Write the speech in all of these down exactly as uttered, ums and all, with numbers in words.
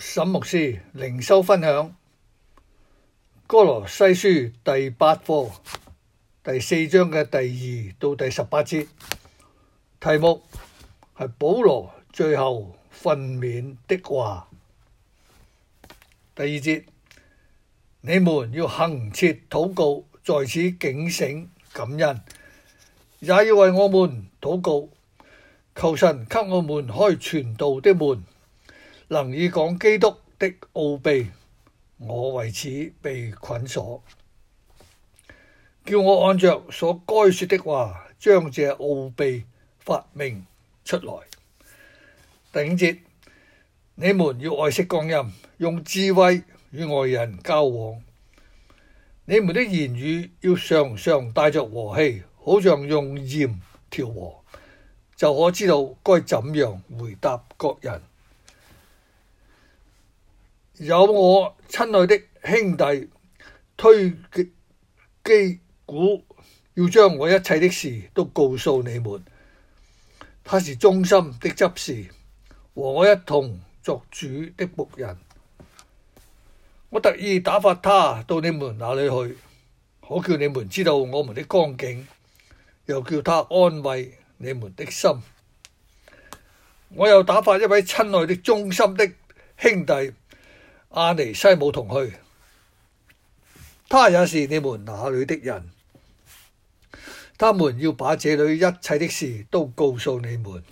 沈牧師靈修分享《歌羅西書》第八課第四章嘅第二到第十八節，題目係保羅最後訓勉的話。第二節，你們要恆切禱告，在此警醒感恩，也要為我們禱告，求神給我們開傳道的門，能以講基督的奧秘。我為此被捆鎖，叫我按着所該說的話，將這奧秘發明出來。第五節，你們要愛惜光陰，用智慧與外人交往。你們的言語要常常帶着和氣，好像用鹽調和，就可知道該怎樣回答各人。有我親愛的兄弟推基古，要將我一切的事都告訴你們。他是忠心的執事，和我一同作主的僕人。我特意打發他到你們那裏去，好叫你們知道我們的光景，又叫他安慰你們的心。我又打發一位親愛的忠心的兄弟阿尼西姆同去，他也是你們那裏的人。他們要把這裏一切的事都告訴你們。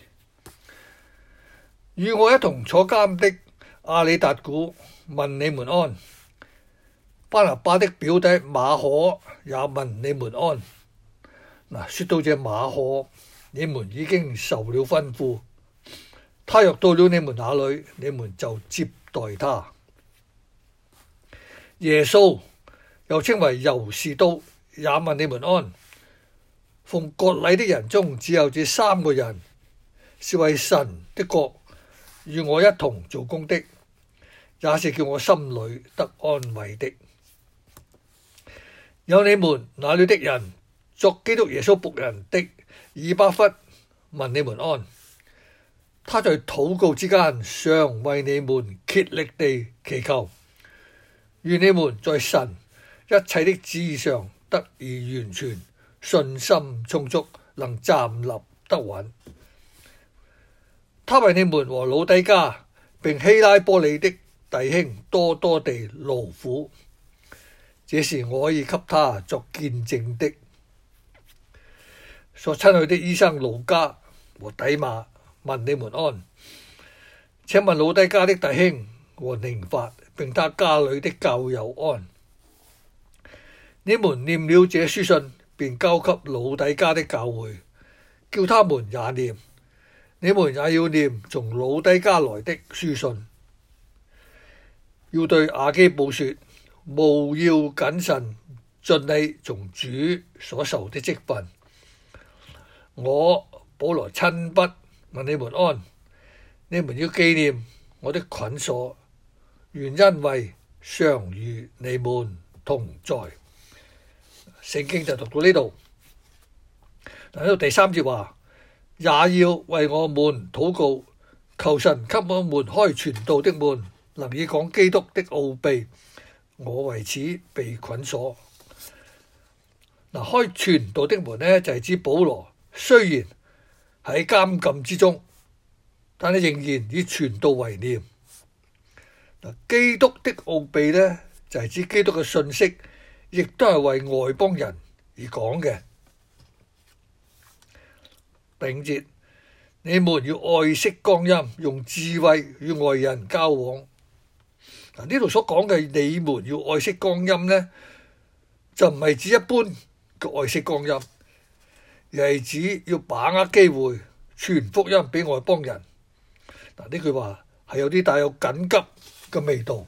與我一同坐監的阿里達古問你們安。巴拿巴的表弟馬可也問你們安。嗱，說到這馬可，你們已經受了吩咐，他若到了你們那裏，你們就接待他。耶穌又稱為猶士都，也問你們安。奉割禮的人中只有這三個人是為神的國與我一同做工的，也是叫我心裏得安慰的。有你們那裏的人作基督耶穌僕人的以巴弗問你們安。他在禱告之間常為你們竭力地祈求，願你們在神一切的旨意上得以完全，信心充足，能站立得穩。他為你們和老底嘉並希拉波利的弟兄多多地勞苦，這是我可以給他作見證的。所親愛的醫生路加和底馬問你們安。請問老底嘉的弟兄和寧法並他家裏的教友安。你們念了這書信，便交給老底嘉的教會，叫他們也念。你們也要念從老底嘉來的書信。要對亞基布說，務要謹慎盡你從主所受的職分。我保羅親筆問你們安。你們要紀念我的捆鎖，願恩惠常與你們同在。聖經就讀到呢度。嗱，呢度第三節話，也要為我們禱告，求神給我們開傳道的門，能以講基督的奧秘。我為此被捆鎖。嗱，開傳道的門呢，就係指保羅雖然喺監禁之中，但係仍然以傳道為念。嗱，基督的奧秘呢，就係指基督嘅信息，亦都係為外邦人而講嘅。第五節，你們要愛惜光陰，用智慧與外人交往。嗱，呢度所講嘅你們要愛惜光陰呢，就唔係指一般嘅愛惜光陰，而係指要把握機會傳福音俾外邦人。嗱，呢句話係有啲帶有緊急嘅味道。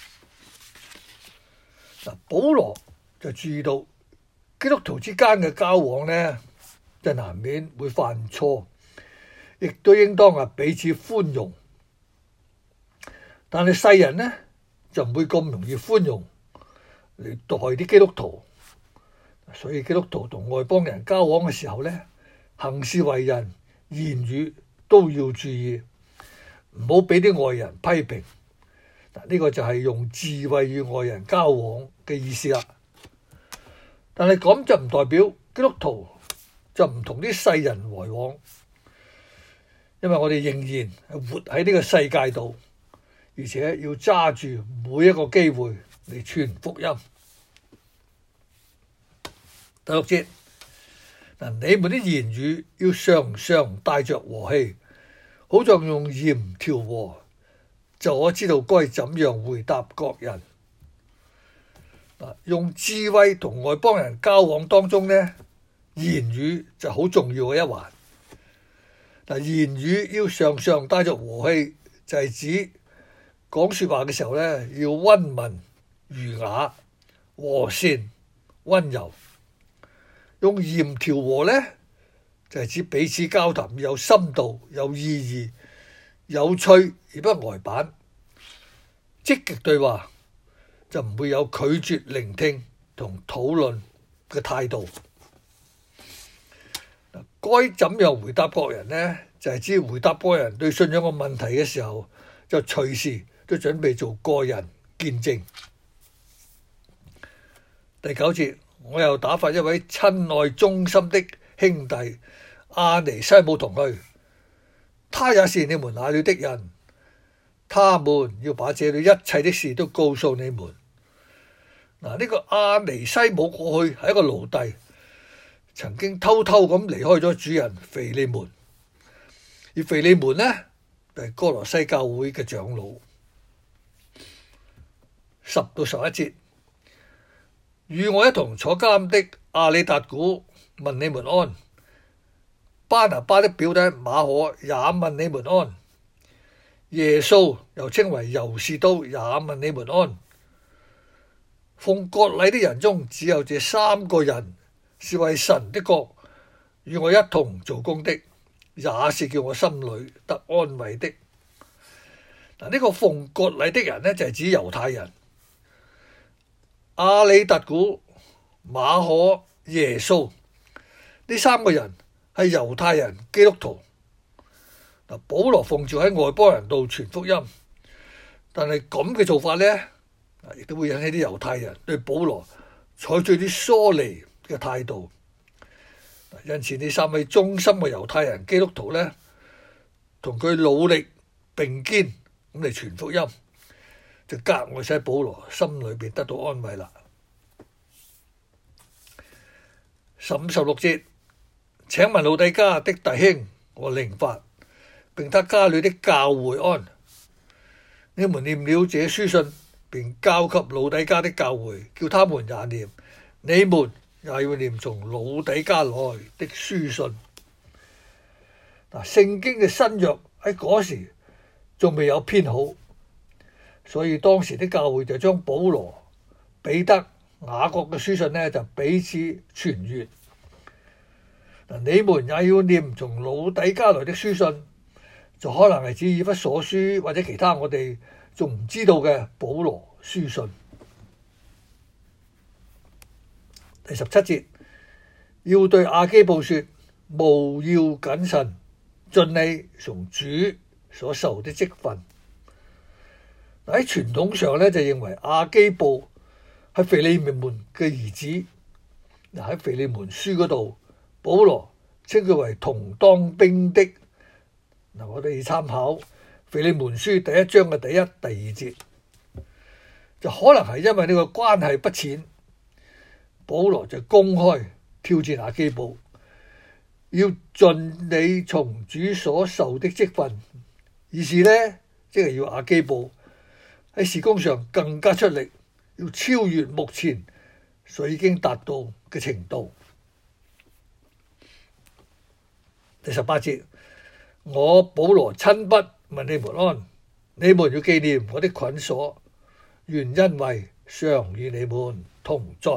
嗱，保羅就注意到基督徒之間嘅交往呢，就難免會犯錯，亦都應當啊彼此寬容。但係世人呢，就唔會咁容易寬容嚟待啲基督徒，所以基督徒同外邦人交往嘅時候呢，行事為人、言語都要注意，唔好俾啲外人批評， 嗱，呢個就係用智慧與外人交往嘅意思啦。但係咁就唔代表基督徒就唔同啲世人來往，因為我哋仍然係活喺呢個世界度，而且要揸住每一個機會嚟傳福音。第六節，嗱，你們啲言語要常常帶着和氣，好像用鹽調和，就可知道該怎樣回答各人。嗱，用智慧同外邦人交往當中呢，言語就好重要嘅一環。嗱，言語要常常帶着和氣，就係指講說話嘅時候呢，要溫文儒雅、和善、溫柔。用鹽調和呢，就係指彼此交談有深度、有意義、有趣而不呆板。積極對話就唔會有拒絕聆聽同討論嘅態度。該怎樣回答各人呢？就係指回答各人對信仰嘅問題嘅時候，就隨時都準備做個人見證。第九節，我又打發一位親愛忠心的兄弟阿尼西姆同去，他也是你們那裏的人，他們要把這裏一切的事都告訴你們。嗱，呢個阿尼西姆過去係一個奴隸，曾經偷偷咁離開咗主人腓利門，而腓利門呢就係哥羅西教會嘅長老。十到十一節，與我一同坐監的阿里達古問你們安，巴拿巴的表弟馬可也問你們安，耶穌又稱為猶士都也問你們安。奉割禮的人中只有這三個人是為神的國與我一同做工的，也是叫我心裏得安慰的。嗱，呢個奉割禮的人呢，就係指猶太人。阿里達古、馬可、耶穌呢三個人係猶太人基督徒。嗱，保羅奉召喺外邦人度傳福音，但係咁嘅做法呢，亦都會引起啲猶太人對保羅採取啲疏離嘅態度。因此呢三位忠心嘅猶太人基督徒呢，同佢努力並肩咁嚟傳福音，就格外使保羅心裏邊得到安慰啦。十五十六節，請問老底嘉的弟兄和寧法，並他家裏的教會安。你們念了這書信，便交給老底嘉的教會，叫他們也念。你們也要念從老底嘉來的書信。嗱，聖經嘅新約喺嗰時仲未有編好，所以當時的教會就將保羅、彼得、雅各嘅書信呢就彼此傳閱。嗱，你們也要念從老底嘉來的書信，就可能係指以弗所書或者其他我哋仲唔知道嘅保羅書信。第十七節，要對亞基布說，務要謹慎，盡你從主所受的職分。喺傳統上咧，就認為亞基布係腓利門嘅兒子。嗱，喺腓利門書嗰度，保羅稱佢為同當兵的。嗱，我哋參考腓利門書第一章嘅第一、第二節，就可能係因為呢個關係不淺，保羅就公開挑戰亞基布，要盡你從主所受的職分。意思呢，即係要亞基布喺事工上更加出力，要超越目前所已經達到嘅程度。第十八節，我保羅親筆問你們安，你們要紀念我的捆鎖，願恩惠常與你們同在。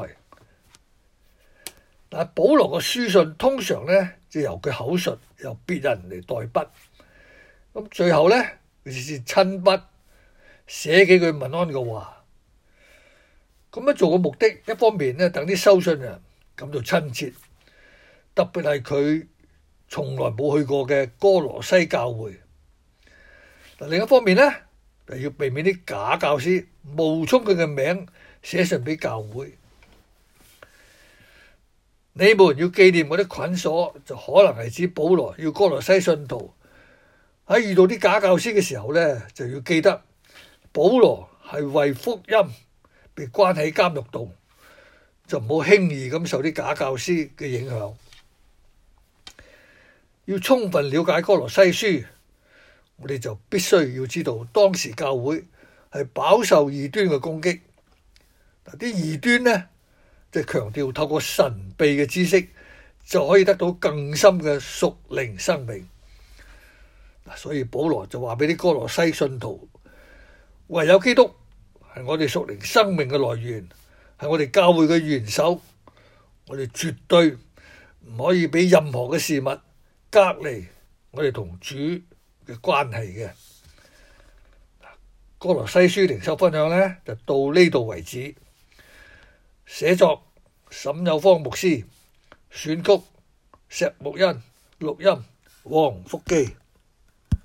但保羅嘅書信通常呢就由佢口述，由別人嚟代筆，咁最後呢佢先親筆寫幾句問安嘅話。咁樣做嘅目的，一方面呢等啲收信人感到親切，特別係佢從來冇去過嘅哥羅西教會。另一方面呢， 就要避免啲假教師冒充佢嘅名寫信俾教會。你們要紀念嗰啲捆鎖，就可能係指保羅要哥羅西信徒喺遇到啲假教師嘅時候呢，就要記得保羅係為福音被關喺監獄度，就唔好輕易咁受啲假教師嘅影響。要充分了解哥羅西書，我哋就必須要知道當時教會係飽受異端嘅攻擊。嗱，啲異端呢，就強調透過神秘嘅知識就可以得到更深嘅屬靈生命。所以保羅就話俾啲哥羅西信徒，唯有基督係我哋屬靈生命嘅來源，係我哋教會嘅元首。我哋絕對唔可以俾任何嘅事物隔離我哋同主嘅關係嘅。哥羅西書靈修分享呢，就到呢度為止。寫作沈有芳牧師，選曲石木恩，錄音黃福基。